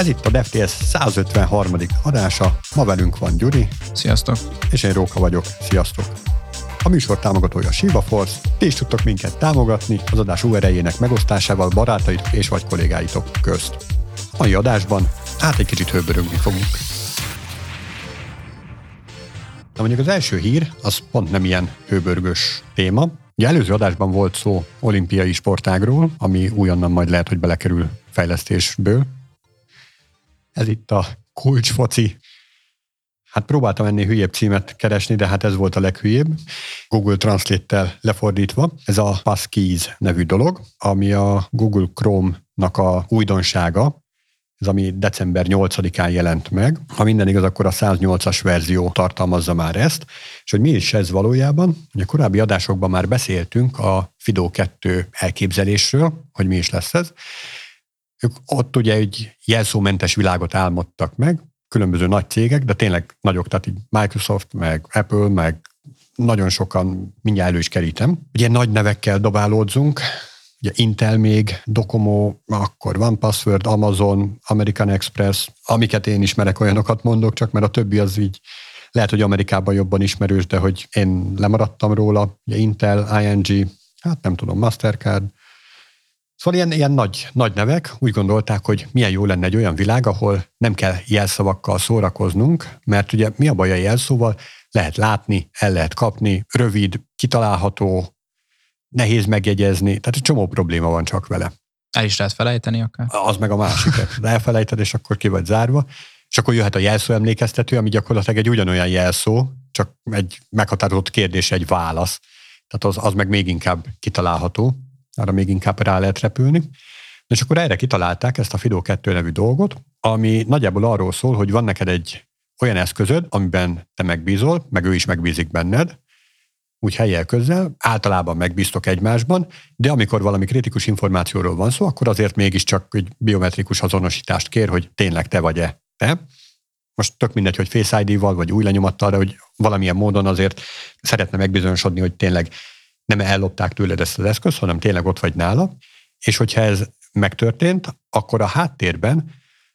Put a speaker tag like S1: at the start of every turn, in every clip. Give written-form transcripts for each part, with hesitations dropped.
S1: Ez itt a DevTS 153. adása, ma velünk van Gyuri.
S2: Sziasztok!
S1: És én Róka vagyok, sziasztok! A műsor támogatója a Shiva Force, ti is tudtok minket támogatni az adás URL-jének megosztásával barátaitok és vagy kollégáitok közt. A mai adásban egy kicsit hőbörögni fogunk. Na mondjuk az első hír, az pont nem ilyen hőbörgős téma. Ugye előző adásban volt szó olimpiai sportágról, ami újonnan majd lehet, hogy belekerül fejlesztésből. Ez itt a kulcsfoci. Hát próbáltam ennél hülyebb címet keresni, de hát ez volt a leghülyébb. Google Translate-tel lefordítva. Ez a Passkeys nevű dolog, ami a Google Chrome-nak a újdonsága. Ez ami december 8-án jelent meg. Ha minden igaz, akkor a 108-as verzió tartalmazza már ezt. És hogy mi is ez valójában? Ugye korábbi adásokban már beszéltünk a FIDO 2 elképzelésről, hogy mi is lesz ez. Ők ott ugye egy jelszómentes világot álmodtak meg, különböző nagy cégek, de tényleg nagyok, tehát így Microsoft, meg Apple, meg nagyon sokan, mindjárt elő is kerítem. Ugye nagy nevekkel dobálódzunk, ugye Intel még, Docomo, akkor OnePassword, Amazon, American Express, amiket én ismerek, olyanokat mondok csak, mert a többi az így lehet, hogy Amerikában jobban ismerős, de hogy én lemaradtam róla. Ugye Intel, ING, hát nem tudom, Mastercard. Szóval ilyen nagy nevek úgy gondolták, hogy milyen jó lenne egy olyan világ, ahol nem kell jelszavakkal szórakoznunk, mert ugye mi a baj a jelszóval? Lehet látni, el lehet kapni, rövid, kitalálható, nehéz megjegyezni, tehát egy csomó probléma van csak vele.
S2: El is lehet felejteni akár.
S1: Az meg a másikat. De elfelejted, és akkor ki vagy zárva. És akkor jöhet a jelszó emlékeztető, ami gyakorlatilag egy ugyanolyan jelszó, csak egy meghatározott kérdés, egy válasz. Tehát az meg még inkább kitalálható. Arra még inkább rá lehet repülni. És akkor erre kitalálták ezt a FIDO 2 nevű dolgot, ami nagyjából arról szól, hogy van neked egy olyan eszközöd, amiben te megbízol, meg ő is megbízik benned, úgy helyjel közel, általában megbíztok egymásban, de amikor valami kritikus információról van szó, akkor azért mégiscsak egy biometrikus azonosítást kér, hogy tényleg te vagy-e te. Most tök mindegy, hogy Face ID-val vagy új lenyomattal, de hogy valamilyen módon azért szeretne megbizonyosodni, hogy tényleg nem ellopták tőled ezt az eszközt, hanem tényleg ott vagy nála, és hogyha ez megtörtént, akkor a háttérben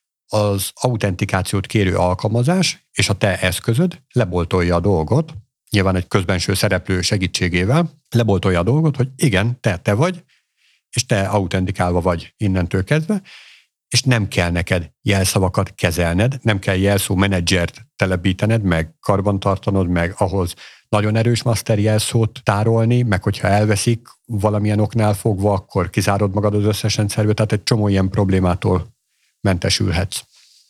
S1: az autentikációt kérő alkalmazás és a te eszközöd leboltolja a dolgot, nyilván egy közbenső szereplő segítségével, leboltolja a dolgot, hogy igen, te vagy, és te autentikálva vagy innentől kezdve, és nem kell neked jelszavakat kezelned, nem kell jelszó menedzsert telepítened, meg karbantartanod, meg ahhoz nagyon erős master jelszót tárolni, meg hogyha elveszik valamilyen oknál fogva, akkor kizárod magad az összes rendszerből, tehát egy csomó ilyen problémától mentesülhetsz.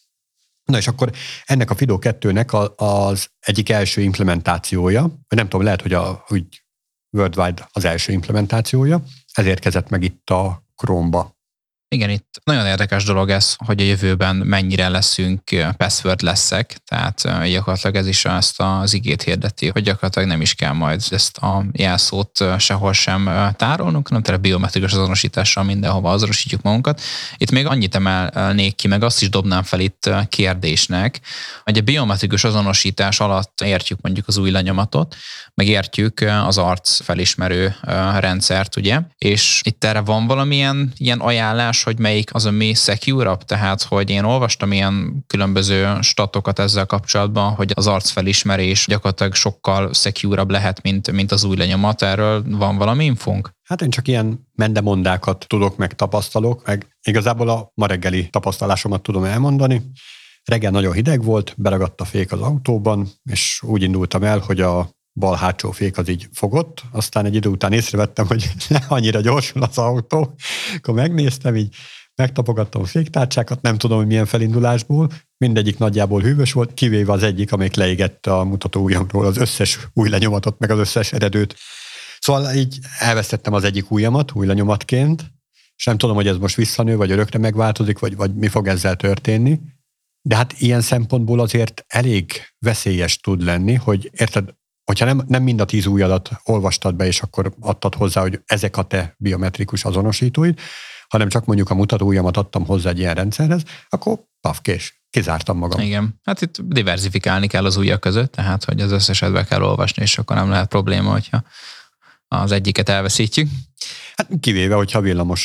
S1: Na és akkor ennek a FIDO 2-nek az egyik első implementációja, vagy nem tudom, lehet, hogy úgy worldwide az első implementációja, ez érkezett meg itt a Chrome-ba.
S2: Igen, itt nagyon érdekes dolog ez, hogy a jövőben mennyire leszünk password-leszek, tehát gyakorlatilag ez is ezt az igét hirdeti, hogy gyakorlatilag nem is kell majd ezt a jelszót sehol sem tárolnunk, hanem tényleg biometrikus azonosítással mindenhova azonosítjuk magunkat. Itt még annyit emelnék ki, meg azt is dobnám fel itt kérdésnek, hogy a biometrikus azonosítás alatt értjük mondjuk az új lenyomatot, meg értjük az arc felismerő rendszert, ugye? És itt erre van valamilyen ilyen ajánlás, hogy melyik az, ami secure-abb, tehát hogy én olvastam ilyen különböző statokat ezzel kapcsolatban, hogy az arcfelismerés gyakorlatilag sokkal secure-abb lehet, mint az új lenyomat. Erről van valami infónk?
S1: Hát én csak ilyen mendemondákat tudok, meg tapasztalok, meg igazából a ma reggeli tapasztalásomat tudom elmondani. Reggel nagyon hideg volt, beragadt a fék az autóban, és úgy indultam el, hogy a bal hátsó fék az így fogott, aztán egy idő után észrevettem, hogy annyira gyorsul az autó, akkor megnéztem, így megtapogattam a féktárcsákat, nem tudom, hogy milyen felindulásból, mindegyik nagyjából hűvös volt, kivéve az egyik, amelyik leégette a mutató ujjamról az összes új lenyomatot, meg az összes eredőt. Szóval így elvesztettem az egyik ujjamat, új lenyomatként, és nem tudom, hogy ez most visszanő, vagy örökre megváltozik, vagy mi fog ezzel történni, de hát ilyen szempontból azért elég veszélyes tud lenni, hogy érted, hogyha nem mind a 10 ujjadat olvastad be, és akkor adtad hozzá, hogy ezek a te biometrikus azonosítóid, hanem csak mondjuk a mutatóujjamat adtam hozzá egy ilyen rendszerhez, akkor pafkés, kizártam magam.
S2: Igen, hát itt diversifikálni kell az ujjak között, tehát hogy az összeset be kell olvasni, és akkor nem lehet probléma, hogyha az egyiket elveszítjük.
S1: Hát kivéve, hogyha villamos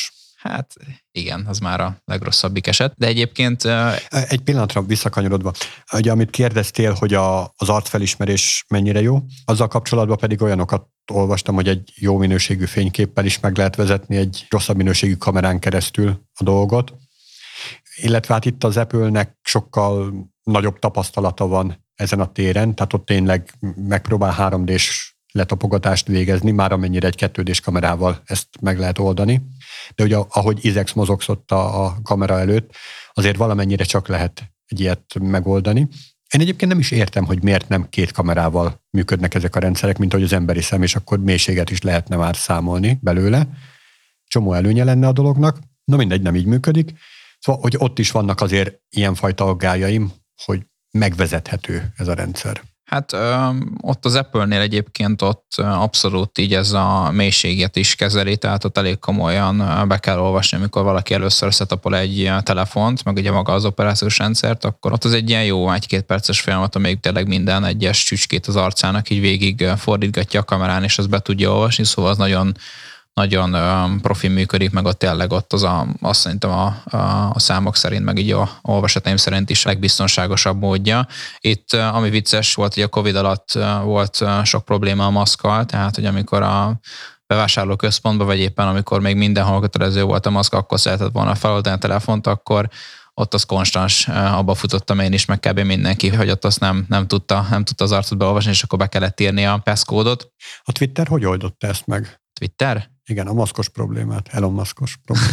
S2: Hát igen, az már a legrosszabbik eset. De egyébként...
S1: Egy pillanatra visszakanyarodva, ugye amit kérdeztél, hogy az arcfelismerés mennyire jó, azzal kapcsolatban pedig olyanokat olvastam, hogy egy jó minőségű fényképpel is meg lehet vezetni egy rosszabb minőségű kamerán keresztül a dolgot. Illetve hát itt az Apple-nek sokkal nagyobb tapasztalata van ezen a téren, tehát ott tényleg megpróbál 3D-s letapogatást végezni, már amennyire egy 2D-s kamerával ezt meg lehet oldani. De ugye ahogy Izex mozogott a kamera előtt, azért valamennyire csak lehet egy ilyet megoldani. Én egyébként nem is értem, hogy miért nem 2 kamerával működnek ezek a rendszerek, mint hogy az emberi szem, és akkor mélységet is lehetne már számolni belőle. Csomó előnye lenne a dolognak. Na mindegy, nem így működik. Szóval, hogy ott is vannak azért ilyenfajta aggájaim, hogy megvezethető ez a rendszer.
S2: Hát ott az Apple-nél egyébként ott abszolút így ez a mélységet is kezeli, tehát ott elég komolyan be kell olvasni, amikor valaki először setupol egy telefont, meg ugye maga az operációs rendszert, akkor ott az egy ilyen jó 1-2 perces folyamat, amelyik tényleg minden egyes csücskét az arcának így végig fordítgatja a kamerán, és azt be tudja olvasni, szóval az nagyon profi működik, meg ott tényleg ott azt szerintem a számok szerint, meg így a olvasataim szerint is legbiztonságosabb módja. Itt, ami vicces volt, hogy a Covid alatt volt sok probléma a maszkkal, tehát, hogy amikor a bevásárlóközpontban, vagy éppen amikor még mindenhol kötelező volt a maszk, akkor szeretett volna feloldani a telefont, akkor ott az konstans, abba futottam én is, meg kb. Mindenki, hogy ott azt nem tudta az arcot beolvasni, és akkor be kellett írni a PESZ-kódot.
S1: A Twitter hogy oldotta ezt meg?
S2: Twitter?
S1: Igen, a maszkos problémát, Elon Muskos problémát.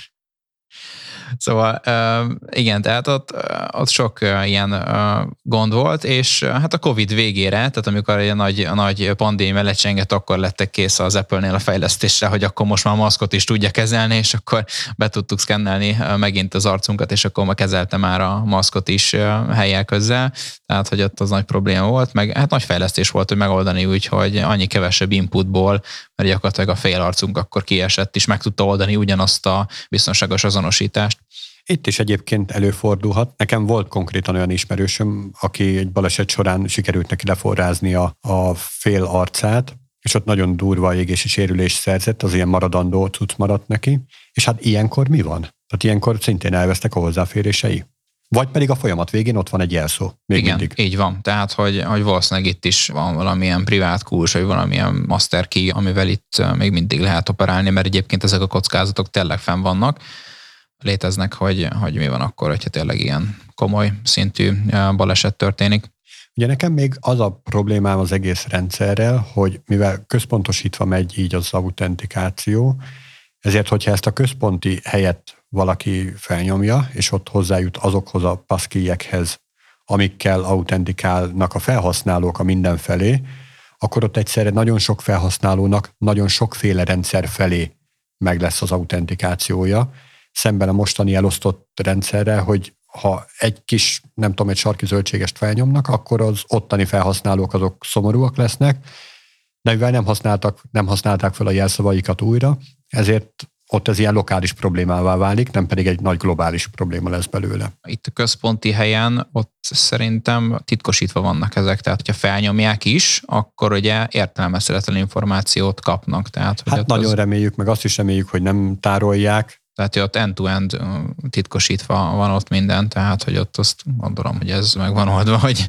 S2: Szóval igen, tehát ott sok ilyen gond volt, és hát a Covid végére, tehát amikor a nagy pandémia lecsengett, akkor lettek kész az Apple-nél a fejlesztésre, hogy akkor most már a maszkot is tudja kezelni, és akkor be tudtuk szkennelni megint az arcunkat, és akkor ma kezelte már a maszkot is helyjel közzel, tehát hogy ott az nagy probléma volt, meg hát nagy fejlesztés volt, hogy megoldani úgy, hogy annyi kevesebb inputból, mert gyakorlatilag a fél arcunk akkor kiesett, és meg tudta oldani ugyanazt a biztonságos azonosítást.
S1: Itt is egyébként előfordulhat. Nekem volt konkrétan olyan ismerősöm, aki egy baleset során sikerült neki leforrázni a fél arcát, és ott nagyon durva égési sérülést szerzett, az ilyen maradandó cucc maradt neki. És hát ilyenkor mi van? Tehát ilyenkor szintén elvesztek a hozzáférései. Vagy pedig a folyamat végén ott van egy jelszó.
S2: Igen,
S1: mindig.
S2: Így van. Tehát, hogy valószínűleg itt is van valamilyen privát kulcs, vagy valamilyen master key, amivel itt még mindig lehet operálni, mert egyébként ezek a kockázatok tényleg fenn vannak. Léteznek, hogy mi van akkor, hogyha tényleg ilyen komoly szintű baleset történik.
S1: Ugye nekem még az a problémám az egész rendszerrel, hogy mivel központosítva megy így az autentikáció, ezért, hogyha ezt a központi helyet valaki felnyomja, és ott hozzájut azokhoz a passkeyekhez, amikkel autentikálnak a felhasználók a mindenfelé, akkor ott egyszerre nagyon sok felhasználónak nagyon sokféle rendszer felé meg lesz az autentikációja, szemben a mostani elosztott rendszerrel, hogy ha egy kis, nem tudom, egy sarki zöldségest felnyomnak, akkor az ottani felhasználók azok szomorúak lesznek, de mivel nem használták fel a jelszavaikat újra, ezért ott ez ilyen lokális problémává válik, nem pedig egy nagy globális probléma lesz belőle.
S2: Itt a központi helyen ott szerintem titkosítva vannak ezek, tehát hogyha felnyomják is, akkor ugye értelmezhetetlen információt kapnak. Tehát, hogy
S1: hát nagyon reméljük, meg azt is reméljük, hogy nem tárolják.
S2: Tehát, hogy ott end-to-end titkosítva van ott minden, tehát, hogy ott azt gondolom, hogy ez meg van oldva, hogy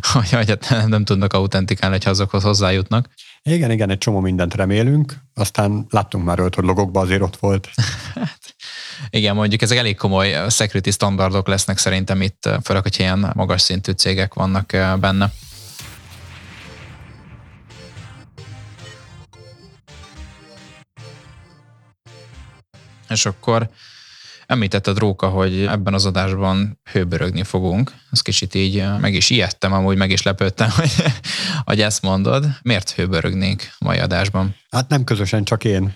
S2: nem tudnak autentikálni, hogyha azokhoz hozzájutnak.
S1: Igen, egy csomó mindent remélünk, aztán láttunk már őt, hogy logokban azért ott volt.
S2: Igen, mondjuk ezek elég komoly security standardok lesznek szerintem itt, főleg, hogy ilyen magas szintű cégek vannak benne. És akkor említetted, Róka, hogy ebben az adásban hőbörögni fogunk. Ezt kicsit így meg is ijedtem, amúgy meg is lepődtem, hogy ezt mondod. Miért hőbörögnénk a mai adásban?
S1: Hát nem közösen, csak én.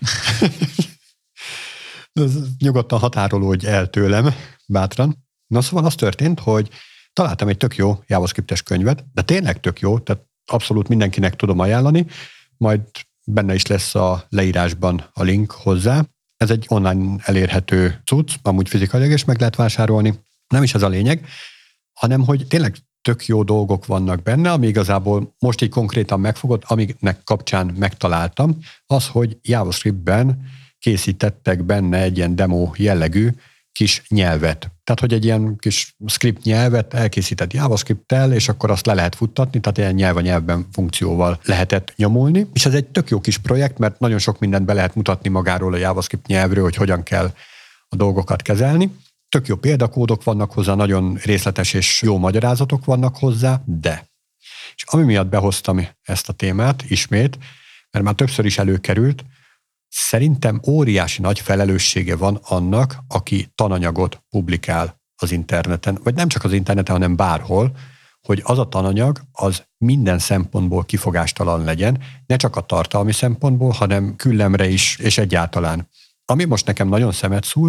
S1: Nyugodtan határolódj el tőlem, bátran. Na szóval az történt, hogy találtam egy tök jó JavaScript-es könyvet, de tényleg tök jó, tehát abszolút mindenkinek tudom ajánlani, majd benne is lesz a leírásban a link hozzá. Ez egy online elérhető cucc, amúgy fizikailag is meg lehet vásárolni. Nem is ez a lényeg, hanem hogy tényleg tök jó dolgok vannak benne, ami igazából most így konkrétan megfogott, amiknek kapcsán megtaláltam, az, hogy JavaScriptben készítettek benne egy ilyen demo jellegű kis nyelvet. Tehát, hogy egy ilyen kis script nyelvet elkészített JavaScript-tel, és akkor azt le lehet futtatni, tehát ilyen nyelv a nyelvben funkcióval lehetett nyomulni. És ez egy tök jó kis projekt, mert nagyon sok mindent be lehet mutatni magáról a JavaScript nyelvről, hogy hogyan kell a dolgokat kezelni. Tök jó példakódok vannak hozzá, nagyon részletes és jó magyarázatok vannak hozzá, de. És ami miatt behoztam ezt a témát ismét, mert már többször is előkerült, szerintem óriási nagy felelőssége van annak, aki tananyagot publikál az interneten, vagy nem csak az interneten, hanem bárhol, hogy az a tananyag az minden szempontból kifogástalan legyen, ne csak a tartalmi szempontból, hanem küllemre is, és egyáltalán. Ami most nekem nagyon szemet szúrt,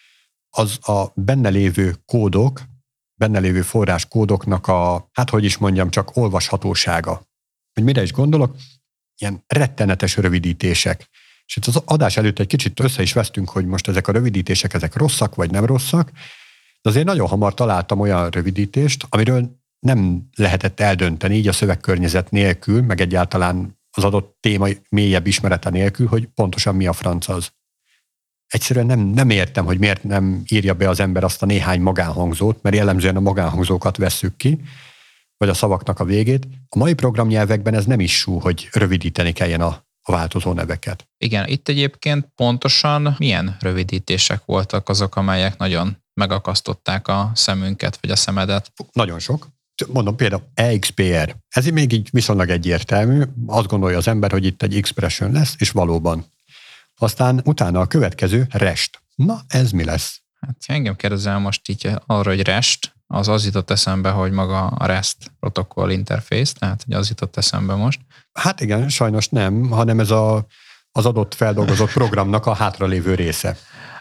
S1: az a benne lévő kódok, benne lévő forráskódoknak a, csak olvashatósága. Hogy mire is gondolok? Ilyen rettenetes rövidítések. És itt az adás előtt egy kicsit össze is vesztünk, hogy most ezek a rövidítések, ezek rosszak vagy nem rosszak, de azért nagyon hamar találtam olyan rövidítést, amiről nem lehetett eldönteni így a szövegkörnyezet nélkül, meg egyáltalán az adott téma mélyebb ismerete nélkül, hogy pontosan mi a franc az. Egyszerűen nem értem, hogy miért nem írja be az ember azt a néhány magánhangzót, mert jellemzően a magánhangzókat vesszük ki, vagy a szavaknak a végét. A mai programnyelvekben ez nem is sú, hogy rövidíteni kelljen a változó neveket.
S2: Igen, itt egyébként pontosan milyen rövidítések voltak azok, amelyek nagyon megakasztották a szemünket, vagy a szemedet?
S1: Nagyon sok. Mondom például EXPR. Ez még így viszonylag egyértelmű. Azt gondolja az ember, hogy itt egy expression lesz, és valóban. Aztán utána a következő REST. Na, ez mi lesz?
S2: Hát engem kérdezel most így arra, hogy REST, az jutott eszembe, hogy maga a REST Protocol Interface, tehát hogy az jutott eszembe most.
S1: Hát igen, sajnos nem, hanem ez az adott feldolgozott programnak a hátralévő része.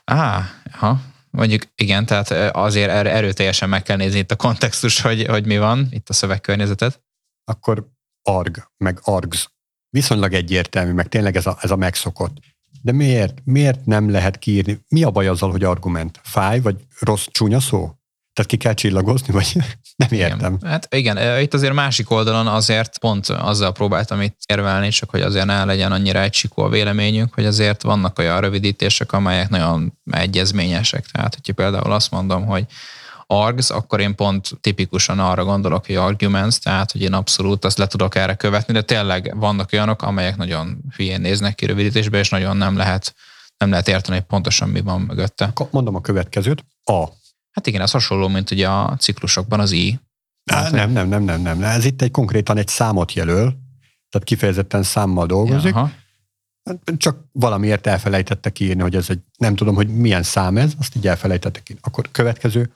S2: Mondjuk igen, tehát azért erőteljesen meg kell nézni itt a kontextus, hogy mi van, itt a szövegkörnyezetet.
S1: Akkor arg, meg args. Viszonylag egyértelmű, meg tényleg ez a megszokott. De miért? Miért nem lehet kiírni? Mi a baj azzal, hogy argument? Fáj, vagy rossz, csúnya szó? Tehát ki kell csillagozni, vagy nem értem.
S2: Igen. Hát igen, itt azért másik oldalon azért pont azzal próbáltam itt érvelni, csak hogy azért ne legyen annyira egysikú a véleményünk, hogy azért vannak olyan rövidítések, amelyek nagyon egyezményesek. Tehát, hogyha például azt mondom, hogy args, akkor én pont tipikusan arra gondolok, hogy arguments, tehát, hogy én abszolút azt le tudok erre követni, de tényleg vannak olyanok, amelyek nagyon hülyén néznek ki rövidítésbe, és nagyon nem lehet érteni, hogy pontosan mi van mögötte.
S1: Mondom a következőt. A.
S2: Hát igen, ez hasonló, mint ugye a ciklusokban az i.
S1: Nem. Ez itt konkrétan egy számot jelöl, tehát kifejezetten számmal dolgozik.
S2: Ja,
S1: csak valamiért elfelejtette kiírni, hogy ez nem tudom, hogy milyen szám ez, azt így elfelejtette kiírni. Akkor következő,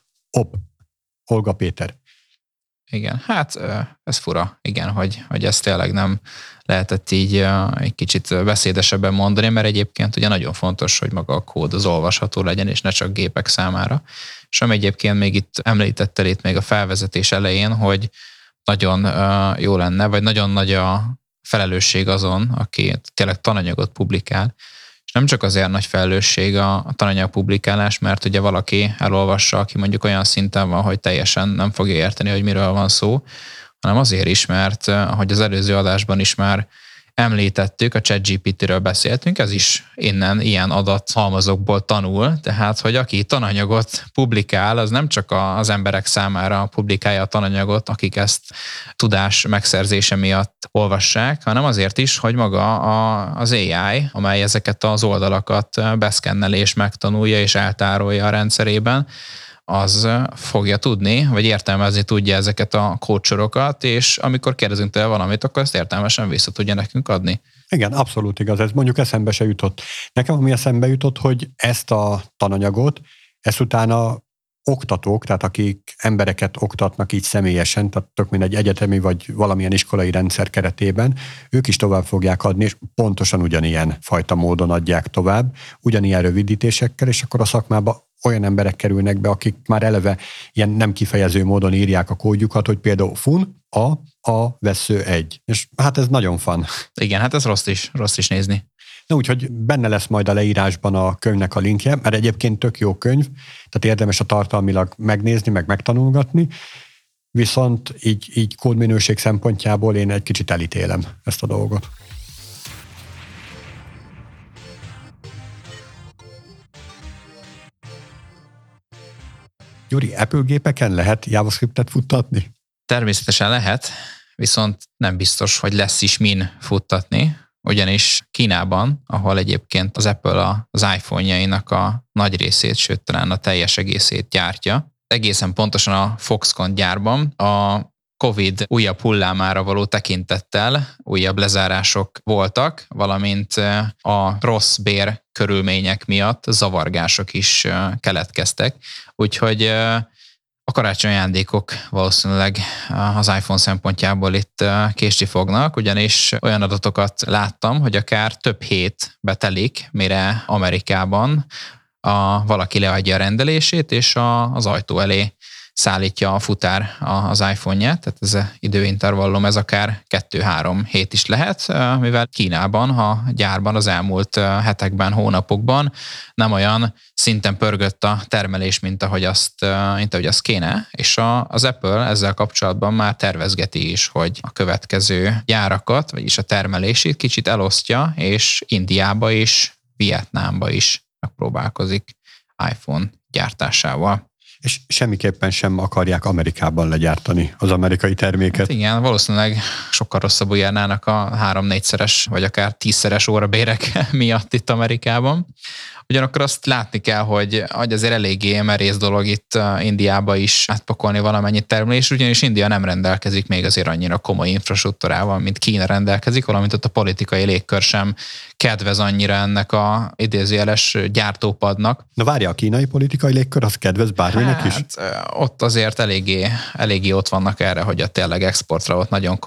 S1: Olga Péter.
S2: Igen, hát ez fura, igen, hogy ezt tényleg nem lehetett így egy kicsit beszédesebben mondani, mert egyébként ugye nagyon fontos, hogy maga a kód az olvasható legyen, és ne csak gépek számára. És ami egyébként még itt említettel itt még a felvezetés elején, hogy nagyon jó lenne, vagy nagyon nagy a felelősség azon, aki tényleg tananyagot publikál, és nem csak azért nagy felelősség a tananyag publikálás, mert ugye valaki elolvassa, aki mondjuk olyan szinten van, hogy teljesen nem fogja érteni, hogy miről van szó, hanem azért is, mert ahogy az előző adásban is már említettük, a ChatGPT-ről beszéltünk, ez is innen ilyen adathalmazokból tanul, tehát, hogy aki tananyagot publikál, az nem csak az emberek számára publikálja a tananyagot, akik ezt tudás megszerzése miatt olvassák, hanem azért is, hogy maga az AI, amely ezeket az oldalakat beszkenneli és megtanulja és eltárolja a rendszerében, az fogja tudni, vagy értelmezni tudja ezeket a kódsorokat, és amikor kérdezünk tőle valamit, akkor ezt értelmesen vissza tudja nekünk adni.
S1: Igen, abszolút igaz. Ez mondjuk eszembe se jutott. Nekem ami eszembe jutott, hogy ezt a tananyagot, ezt utána oktatók, tehát akik embereket oktatnak így személyesen, tehát tök mindegy egyetemi vagy valamilyen iskolai rendszer keretében, ők is tovább fogják adni, és pontosan ugyanilyen fajta módon adják tovább, ugyanilyen rövidítésekkel, és akkor a szakmába olyan emberek kerülnek be, akik már eleve ilyen nem kifejező módon írják a kódjukat, hogy például fun, a vesző 1. És hát ez nagyon fun.
S2: Igen, hát ez rossz is nézni.
S1: Na úgyhogy benne lesz majd a leírásban a könyvnek a linkje, mert egyébként tök jó könyv, tehát érdemes a tartalmilag megnézni, meg megtanulgatni, viszont így kódminőség szempontjából én egy kicsit elítélem ezt a dolgot. Gyuri, Apple gépeken lehet JavaScriptet futtatni?
S2: Természetesen lehet, viszont nem biztos, hogy lesz is min futtatni, ugyanis Kínában, ahol egyébként az Apple az iPhone-jainak a nagy részét, sőt talán a teljes egészét gyártja, egészen pontosan a Foxconn gyárban a Covid újabb hullámára való tekintettel újabb lezárások voltak, valamint a rossz bér körülmények miatt zavargások is keletkeztek. Úgyhogy a karácsonyi ajándékok valószínűleg az iPhone szempontjából itt késni fognak, ugyanis olyan adatokat láttam, hogy akár több hét betelik, mire Amerikában valaki leadja a rendelését, és az ajtó elé szállítja a futár az iPhone-ját, tehát ez az időintervallum, ez akár 2-3 hét is lehet, mivel Kínában, a gyárban az elmúlt hetekben, hónapokban nem olyan szinten pörgött a termelés, mint ahogy azt kéne, és az Apple ezzel kapcsolatban már tervezgeti is, hogy a következő gyárakat, vagyis a termelését kicsit elosztja, és Indiába is, Vietnámba is megpróbálkozik iPhone gyártásával.
S1: És semmiképpen sem akarják Amerikában legyártani az amerikai terméket.
S2: Hát igen, valószínűleg sokkal rosszabbul járnának a 3-4-szeres, vagy akár 10-szeres órabérek miatt itt Amerikában. Ugyanakkor azt látni kell, hogy azért eléggé merész dolog itt Indiába is átpakolni valamennyit termelés, ugyanis India nem rendelkezik még azért annyira komoly infrastruktúrával, mint Kína rendelkezik, valamint ott a politikai légkör sem kedvez annyira ennek a idézőjeles gyártópadnak.
S1: Na várja, a kínai politikai légkör az kedvez bárminek is?
S2: Ott azért eléggé ott vannak erre, hogy a tényleg exportra ott nagyon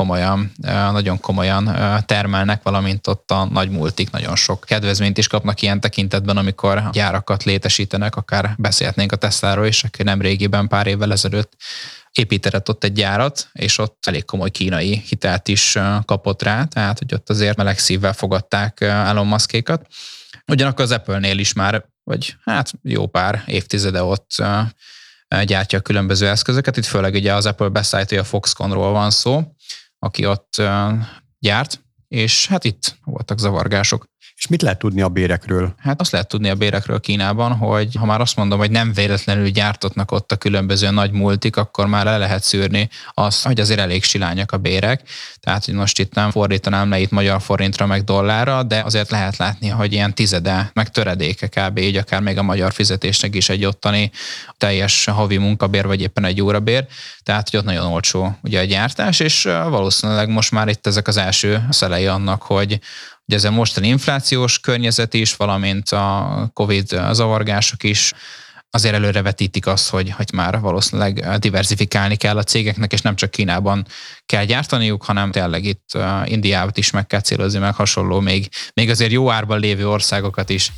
S2: komolyan termelnek, valamint ott a nagy multik nagyon sok kedvezményt is kapnak ilyen tekintetben, amikor gyárakat létesítenek, akár beszélhetnénk a Tesláról is, aki nem régiben, pár évvel ezelőtt épített ott egy gyárat, és ott elég komoly kínai hitelt is kapott rá, tehát hogy ott azért meleg szívvel fogadták Elon Muskékat. Ugyanakkor az Apple-nél is már, vagy hát jó pár évtizede ott gyártja a különböző eszközöket. Itt főleg ugye az Apple beszállítója Foxconnról van szó, aki ott gyárt, és hát itt voltak zavargások.
S1: És mit lehet tudni a bérekről?
S2: Hát azt lehet tudni a bérekről Kínában, hogy ha már azt mondom, hogy nem véletlenül gyártotnak ott a különböző nagy multik, akkor már le lehet szűrni azt, hogy azért elég silányak a bérek. Tehát, hogy most itt nem fordítanám le itt magyar forintra, meg dollárra, de azért lehet látni, hogy ilyen tizede, meg töredéke kb. Így akár még a magyar fizetésnek is egy ottani teljes havi munkabér, vagy éppen egy órabér. Tehát, hogy ott nagyon olcsó ugye a gyártás, és valószínűleg most már itt ezek az első szelei annak, hogy ez a mostani inflációs környezet is, valamint a Covid zavargások is azért előrevetítik azt, hogy már valószínűleg diversifikálni kell a cégeknek, és nem csak Kínában kell gyártaniuk, hanem tényleg itt Indiát is meg kell célozni, meg hasonló, még azért jó árban lévő országokat is.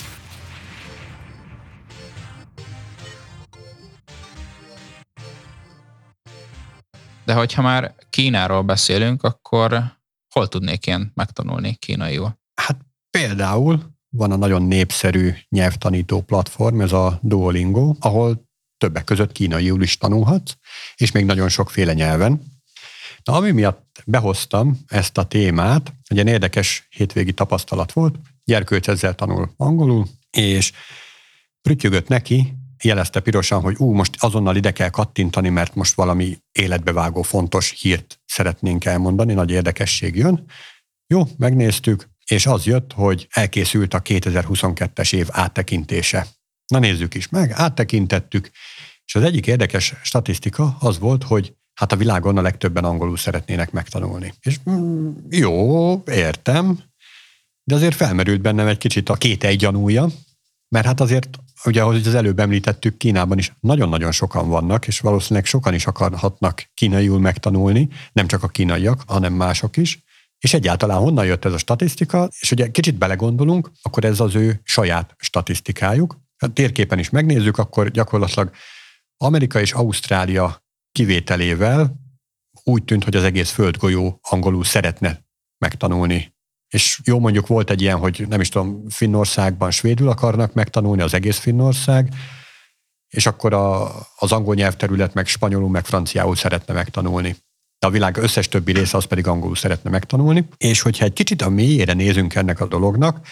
S2: De hogyha már Kínáról beszélünk, akkor hol tudnék én megtanulni kínaiul?
S1: Hát például van a nagyon népszerű nyelvtanító platform, ez a Duolingo, ahol többek között kínaiul is tanulhatsz, és még nagyon sokféle nyelven. Na, ami miatt behoztam ezt a témát, egy ilyen érdekes hétvégi tapasztalat volt, gyerkőc ezzel tanul angolul, és prüttyögött neki, jelezte pirosan, hogy most azonnal ide kell kattintani, mert most valami életbevágó fontos hírt szeretnénk elmondani, nagy érdekesség jön. Jó, megnéztük, és az jött, hogy elkészült a 2022-es év áttekintése. Na nézzük is meg, áttekintettük, és az egyik érdekes statisztika az volt, hogy hát a világon a legtöbben angolul szeretnének megtanulni. És jó, értem, de azért felmerült bennem egy kicsit a kételj gyanúja, mert hát azért, ugye ahogy az előbb említettük, Kínában is nagyon-nagyon sokan vannak, és valószínűleg sokan is akarhatnak kínaiul megtanulni, nem csak a kínaiak, hanem mások is. És egyáltalán honnan jött ez a statisztika, és ugye kicsit belegondolunk, akkor ez az ő saját statisztikájuk. A térképen is megnézzük, akkor gyakorlatilag Amerika és Ausztrália kivételével úgy tűnt, hogy az egész földgolyó angolul szeretne megtanulni. És jó, mondjuk volt egy ilyen, hogy nem is tudom, Finnországban svédül akarnak megtanulni, az egész Finnország, és akkor az angol nyelvterület meg spanyolul, meg franciául szeretne megtanulni. De a világ összes többi része az pedig angolul szeretne megtanulni. És hogyha egy kicsit a mélyére nézünk ennek a dolognak,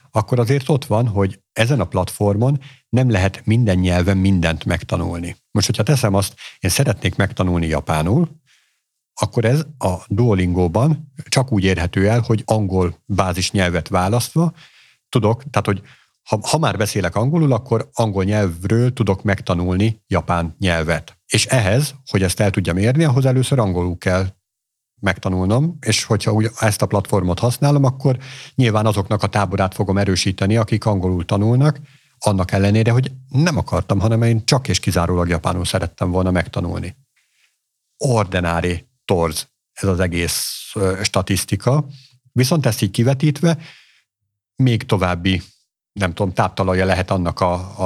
S1: akkor azért ott van, hogy ezen a platformon nem lehet minden nyelven mindent megtanulni. Most, hogyha teszem azt, én szeretnék megtanulni japánul, akkor ez a Duolingóban csak úgy érhető el, hogy angol bázis nyelvet választva tudok, tehát hogy ha már beszélek angolul, akkor angol nyelvről tudok megtanulni japán nyelvet. És ehhez, hogy ezt el tudjam érni, ahhoz először angolul kell megtanulnom, és hogyha úgy ezt a platformot használom, akkor nyilván azoknak a táborát fogom erősíteni, akik angolul tanulnak, annak ellenére, hogy nem akartam, hanem én csak és kizárólag japánul szerettem volna megtanulni. Ordinári torz ez az egész statisztika, viszont ezt így kivetítve még további, nem tudom, táptalaja lehet annak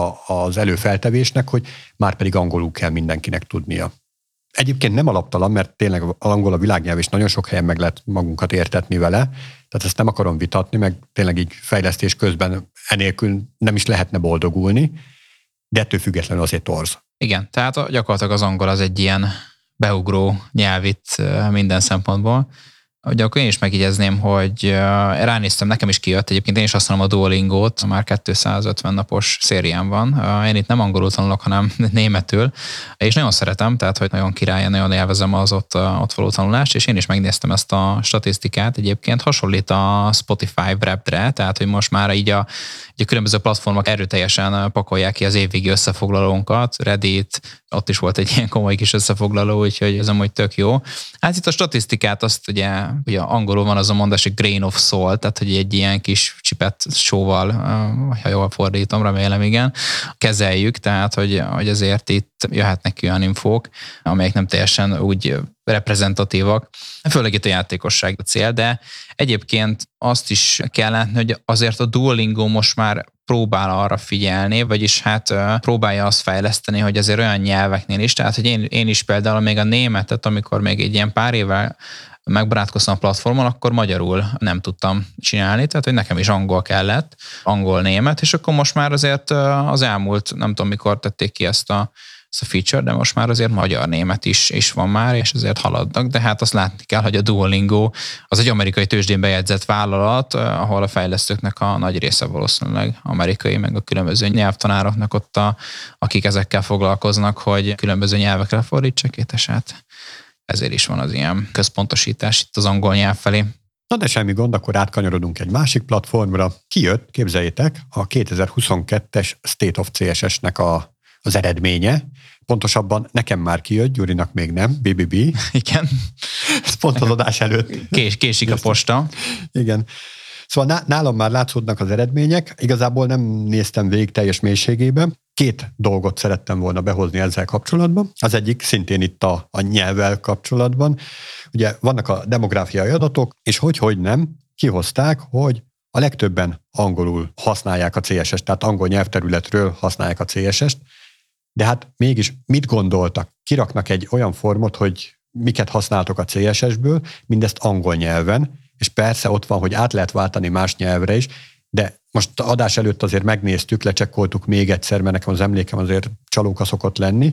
S1: az előfeltevésnek, hogy már pedig angolul kell mindenkinek tudnia. Egyébként nem alaptalan, mert tényleg angol a világnyelv, és nagyon sok helyen meg lehet magunkat értetni vele, tehát ezt nem akarom vitatni, meg tényleg így fejlesztés közben enélkül nem is lehetne boldogulni, de ettől függetlenül azért torz.
S2: Igen, tehát gyakorlatilag az angol az egy ilyen beugró nyelv itt minden szempontból. Ugye akkor én is megjegyezném, hogy ránéztem, nekem is kijött, egyébként én is használom a Duolingót, már 250 napos szérián van. Én itt nem angolul tanulok, hanem németül, és nagyon szeretem, tehát hogy nagyon királyan, nagyon élvezem az ott való tanulást, és én is megnéztem ezt a statisztikát, egyébként hasonlít a Spotify Wrapped-re, tehát hogy most már így a különböző platformok erőteljesen pakolják ki az évvégi összefoglalónkat, Reddit, ott is volt egy ilyen komoly kis összefoglaló, úgyhogy ez amúgy tök jó. Hát itt a statisztikát azt ugye angolul van az a mondás, hogy grain of salt, tehát hogy egy ilyen kis csipet sóval, ha jól fordítom, remélem igen, kezeljük, tehát hogy azért itt jöhetnek olyan infók, amelyek nem teljesen úgy reprezentatívak, főleg itt a játékosság a cél, de egyébként azt is kell látni, hogy azért a Duolingo most már próbál arra figyelni, vagyis hát próbálja azt fejleszteni, hogy azért olyan nyelveknél is, tehát hogy én is például még a németet, amikor még egy ilyen pár évvel megbarátkoztam a platformon, akkor magyarul nem tudtam csinálni, tehát hogy nekem is angol kellett, angol-német, és akkor most már azért az elmúlt, nem tudom mikor tették ki ezt a feature, de most már azért magyar-német is van már, és azért haladnak, de hát azt látni kell, hogy a Duolingo az egy amerikai tőzsdén bejegyzett vállalat, ahol a fejlesztőknek a nagy része valószínűleg amerikai, meg a különböző nyelvtanároknak ott, akik ezekkel foglalkoznak, hogy különböző nyelvekre fordítsák, és hát ezért is van az ilyen központosítás itt az angol nyelv felé.
S1: Na de semmi gond, akkor átkanyarodunk egy másik platformra. Kijött, képzeljétek, a 2022-es State of CSS-nek az eredménye. Pontosabban nekem már kijött, Gyurinak még nem, BBB.
S2: Igen.
S1: Ez pont az adás előtt.
S2: Késik a posta.
S1: Igen. Szóval nálam már látszódnak az eredmények, igazából nem néztem végig teljes mélységében. 2 dolgot szerettem volna behozni ezzel kapcsolatban. Az egyik szintén itt a nyelvvel kapcsolatban. Ugye vannak a demográfiai adatok, és hogy nem, kihozták, hogy a legtöbben angolul használják a CSS-t, tehát angol nyelvterületről használják a CSS-t, de hát mégis mit gondoltak? Kiraknak egy olyan formot, hogy miket használtok a CSS-ből, mindezt angol nyelven, és persze ott van, hogy át lehet váltani más nyelvre is, de most adás előtt azért megnéztük, lecsekkoltuk még egyszer, mert nekem az emlékem azért csalóka szokott lenni.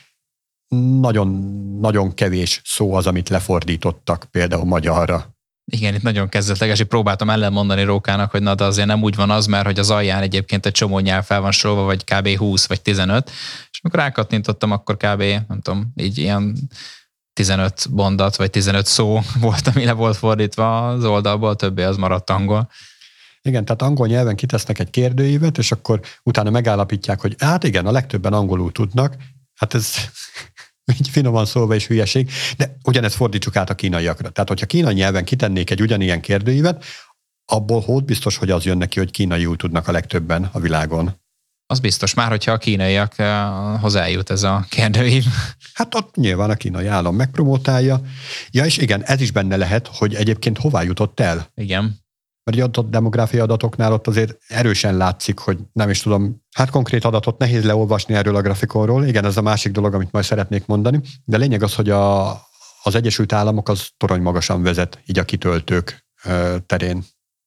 S1: Nagyon kevés szó az, amit lefordítottak például magyarra.
S2: Igen, itt nagyon kezdetleges, hogy próbáltam ellenmondani Rókának, hogy na, de azért nem úgy van az, mert hogy az alján egyébként egy csomó nyelv fel van sorolva, vagy kb. 20 vagy 15, és amikor rákattintottam, akkor kb. Nem tudom, így ilyen 15 mondat, vagy 15 szó volt, ami le volt fordítva az oldalból, többé az maradt angol.
S1: Igen, tehát angol nyelven kitesznek egy kérdőívet, és akkor utána megállapítják, hogy hát igen, a legtöbben angolul tudnak, hát ez így finoman szólva is hülyeség, de ugyanezt fordítsuk át a kínaiakra. Tehát, hogyha kínai nyelven kitennék egy ugyanilyen kérdőívet, abból hód biztos, hogy az jön neki, hogy kínaiul tudnak a legtöbben a világon.
S2: Az biztos már, hogyha a kínaiakhoz eljut ez a kérdőív.
S1: Hát ott nyilván a kínai állam megpromotálja. Ja, és igen, ez is benne lehet, hogy egyébként hová jutott el.
S2: Igen.
S1: Mert adott demográfiai adatoknál ott azért erősen látszik, hogy nem is tudom, hát konkrét adatot nehéz leolvasni erről a grafikonról. Igen, ez a másik dolog, amit majd szeretnék mondani. De lényeg az, hogy az Egyesült Államok az torony magasan vezet így a kitöltők terén.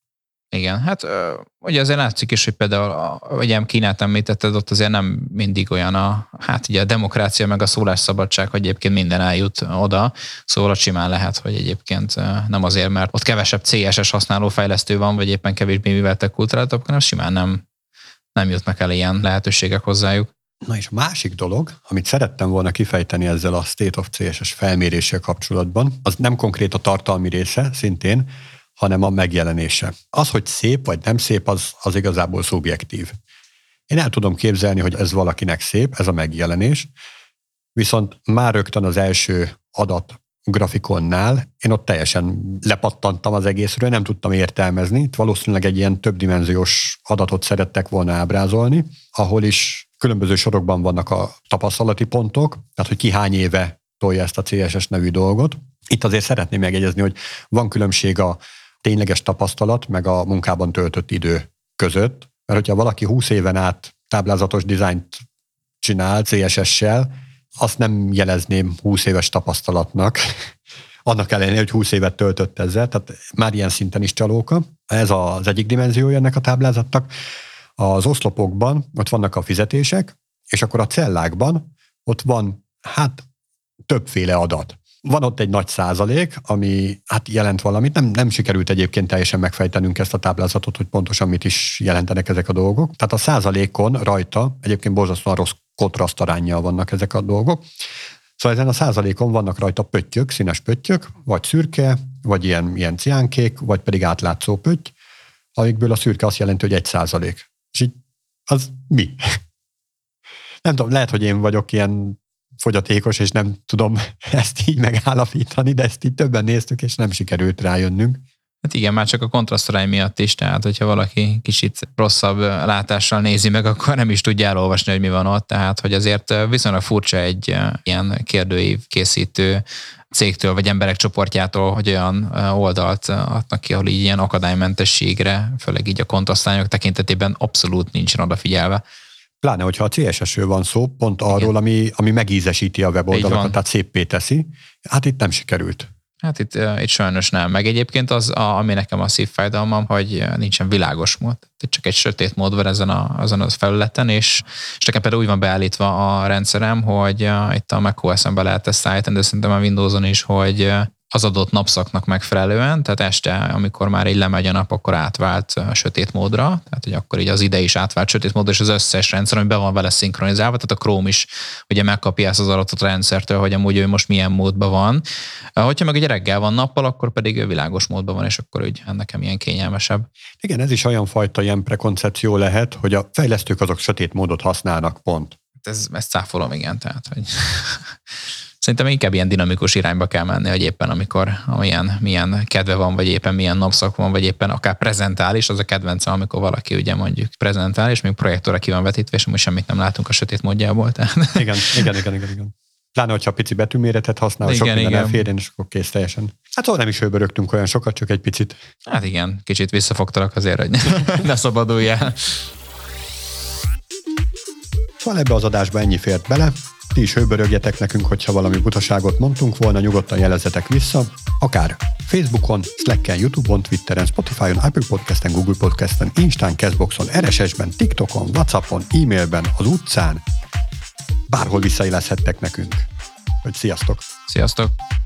S2: Igen, hát ugye azért látszik is, hogy például, ugye Kínát említetted, ott azért nem mindig olyan ugye a demokrácia meg a szólásszabadság, hogy egyébként minden eljut oda, szóval simán lehet, hogy egyébként nem azért, mert ott kevesebb CSS használó fejlesztő van, vagy éppen kevésbé műveltek kultúráltabb, hanem simán nem jutnak el ilyen lehetőségek hozzájuk.
S1: Na és a másik dolog, amit szerettem volna kifejteni ezzel a State of CSS felméréssel kapcsolatban, az nem konkrét a tartalmi része szintén, hanem a megjelenése. Az, hogy szép vagy nem szép, az igazából szubjektív. Én el tudom képzelni, hogy ez valakinek szép, ez a megjelenés, viszont már rögtön az első adat grafikonnál én ott teljesen lepattantam az egészről, nem tudtam értelmezni. Itt valószínűleg egy ilyen többdimenziós adatot szerettek volna ábrázolni, ahol is különböző sorokban vannak a tapasztalati pontok, tehát hogy ki hány éve tolja ezt a CSS nevű dolgot. Itt azért szeretném megjegyezni, hogy van különbség a tényleges tapasztalat, meg a munkában töltött idő között, mert hogyha valaki 20 éven át táblázatos dizájnt csinál CSS-sel, azt nem jelezném 20 éves tapasztalatnak, annak ellenére, hogy 20 évet töltött ezzel, tehát már ilyen szinten is csalóka. Ez az egyik dimenziója ennek a táblázatnak. Az oszlopokban ott vannak a fizetések, és akkor a cellákban ott van többféle adat. Van ott egy nagy százalék, ami jelent valamit. Nem sikerült egyébként teljesen megfejtenünk ezt a táblázatot, hogy pontosan mit is jelentenek ezek a dolgok. Tehát a százalékon rajta egyébként borzasztóan rossz kontrasztaránnyal vannak ezek a dolgok. Szóval ezen a százalékon vannak rajta pöttyök, színes pöttyök, vagy szürke, vagy ilyen ciánkék, vagy pedig átlátszó pötty, amikből a szürke azt jelenti, hogy 1%. És így az mi? Nem tudom, lehet, hogy én vagyok ilyen fogyatékos, és nem tudom ezt így megállapítani, de ezt így többen néztük, és nem sikerült rájönnünk.
S2: Hát igen, már csak a kontrasztarány miatt is, tehát hogyha valaki kicsit rosszabb látással nézi meg, akkor nem is tudja elolvasni, hogy mi van ott, tehát hogy azért viszonylag furcsa egy ilyen kérdőív készítő cégtől, vagy emberek csoportjától, hogy olyan oldalt adnak ki, ahol így ilyen akadálymentességre, főleg így a kontrasztárányok tekintetében abszolút nincsen odafigyelve.
S1: Pláne, hogyha a CSS-ről van szó, pont arról, ami megízesíti a weboldalakat, tehát széppé teszi. Hát itt nem sikerült.
S2: Hát itt sajnos nem. Meg egyébként ami nekem a szívfájdalmam, hogy nincsen világos mód. Itt csak egy sötét mód van azon a felületen, és nekem például úgy van beállítva a rendszerem, hogy itt a macOS-en be lehet ezt állítani, de szerintem a Windowson is, hogy az adott napszaknak megfelelően, tehát este, amikor már így lemegy a nap, akkor átvált a sötét módra, tehát hogy akkor így az ide is átvált sötét módra, és az összes rendszer, ami be van vele szinkronizálva, tehát a Chrome is ugye megkapja ezt az adatot a rendszertől, hogy amúgy ő most milyen módban van. Hogyha meg ugye reggel van nappal, akkor pedig világos módban van, és akkor úgy nekem ilyen kényelmesebb.
S1: Igen, ez is olyan fajta ilyen prekoncepció lehet, hogy a fejlesztők azok sötét módot használnak, pont.
S2: Ezt cáfolom, igen, tehát hogy... Szerintem inkább ilyen dinamikus irányba kell menni, hogy éppen amikor milyen kedve van, vagy éppen milyen napszak van, vagy éppen akár prezentál is, az a kedvencem, amikor valaki ugye mondjuk prezentál, és még projektorra ki van vetítve, és amúgy semmit nem látunk a sötét módjából. Tehát...
S1: Igen. Pláne, hogyha pici betűméretet használ, sok minden elférjen, és akkor kész teljesen. Hát szóval nem is hőbörögtünk olyan sokat, csak egy picit.
S2: Hát igen, kicsit visszafogtalak azért, hogy ne szabaduljál.
S1: Szóval ebbe az adásba ennyi fért bele. Ti is hőbörögjetek nekünk, hogyha valami butaságot mondtunk volna, nyugodtan jelezzetek vissza, akár Facebookon, Slacken, YouTube-on, Twitteren, Spotify-on, Apple Podcasten, Google Podcasten, Instán, Castboxon, RSS-ben, TikTokon, WhatsAppon, e-mailben, az utcán, bárhol visszajelezhettek nekünk. Sziasztok!
S2: Sziasztok!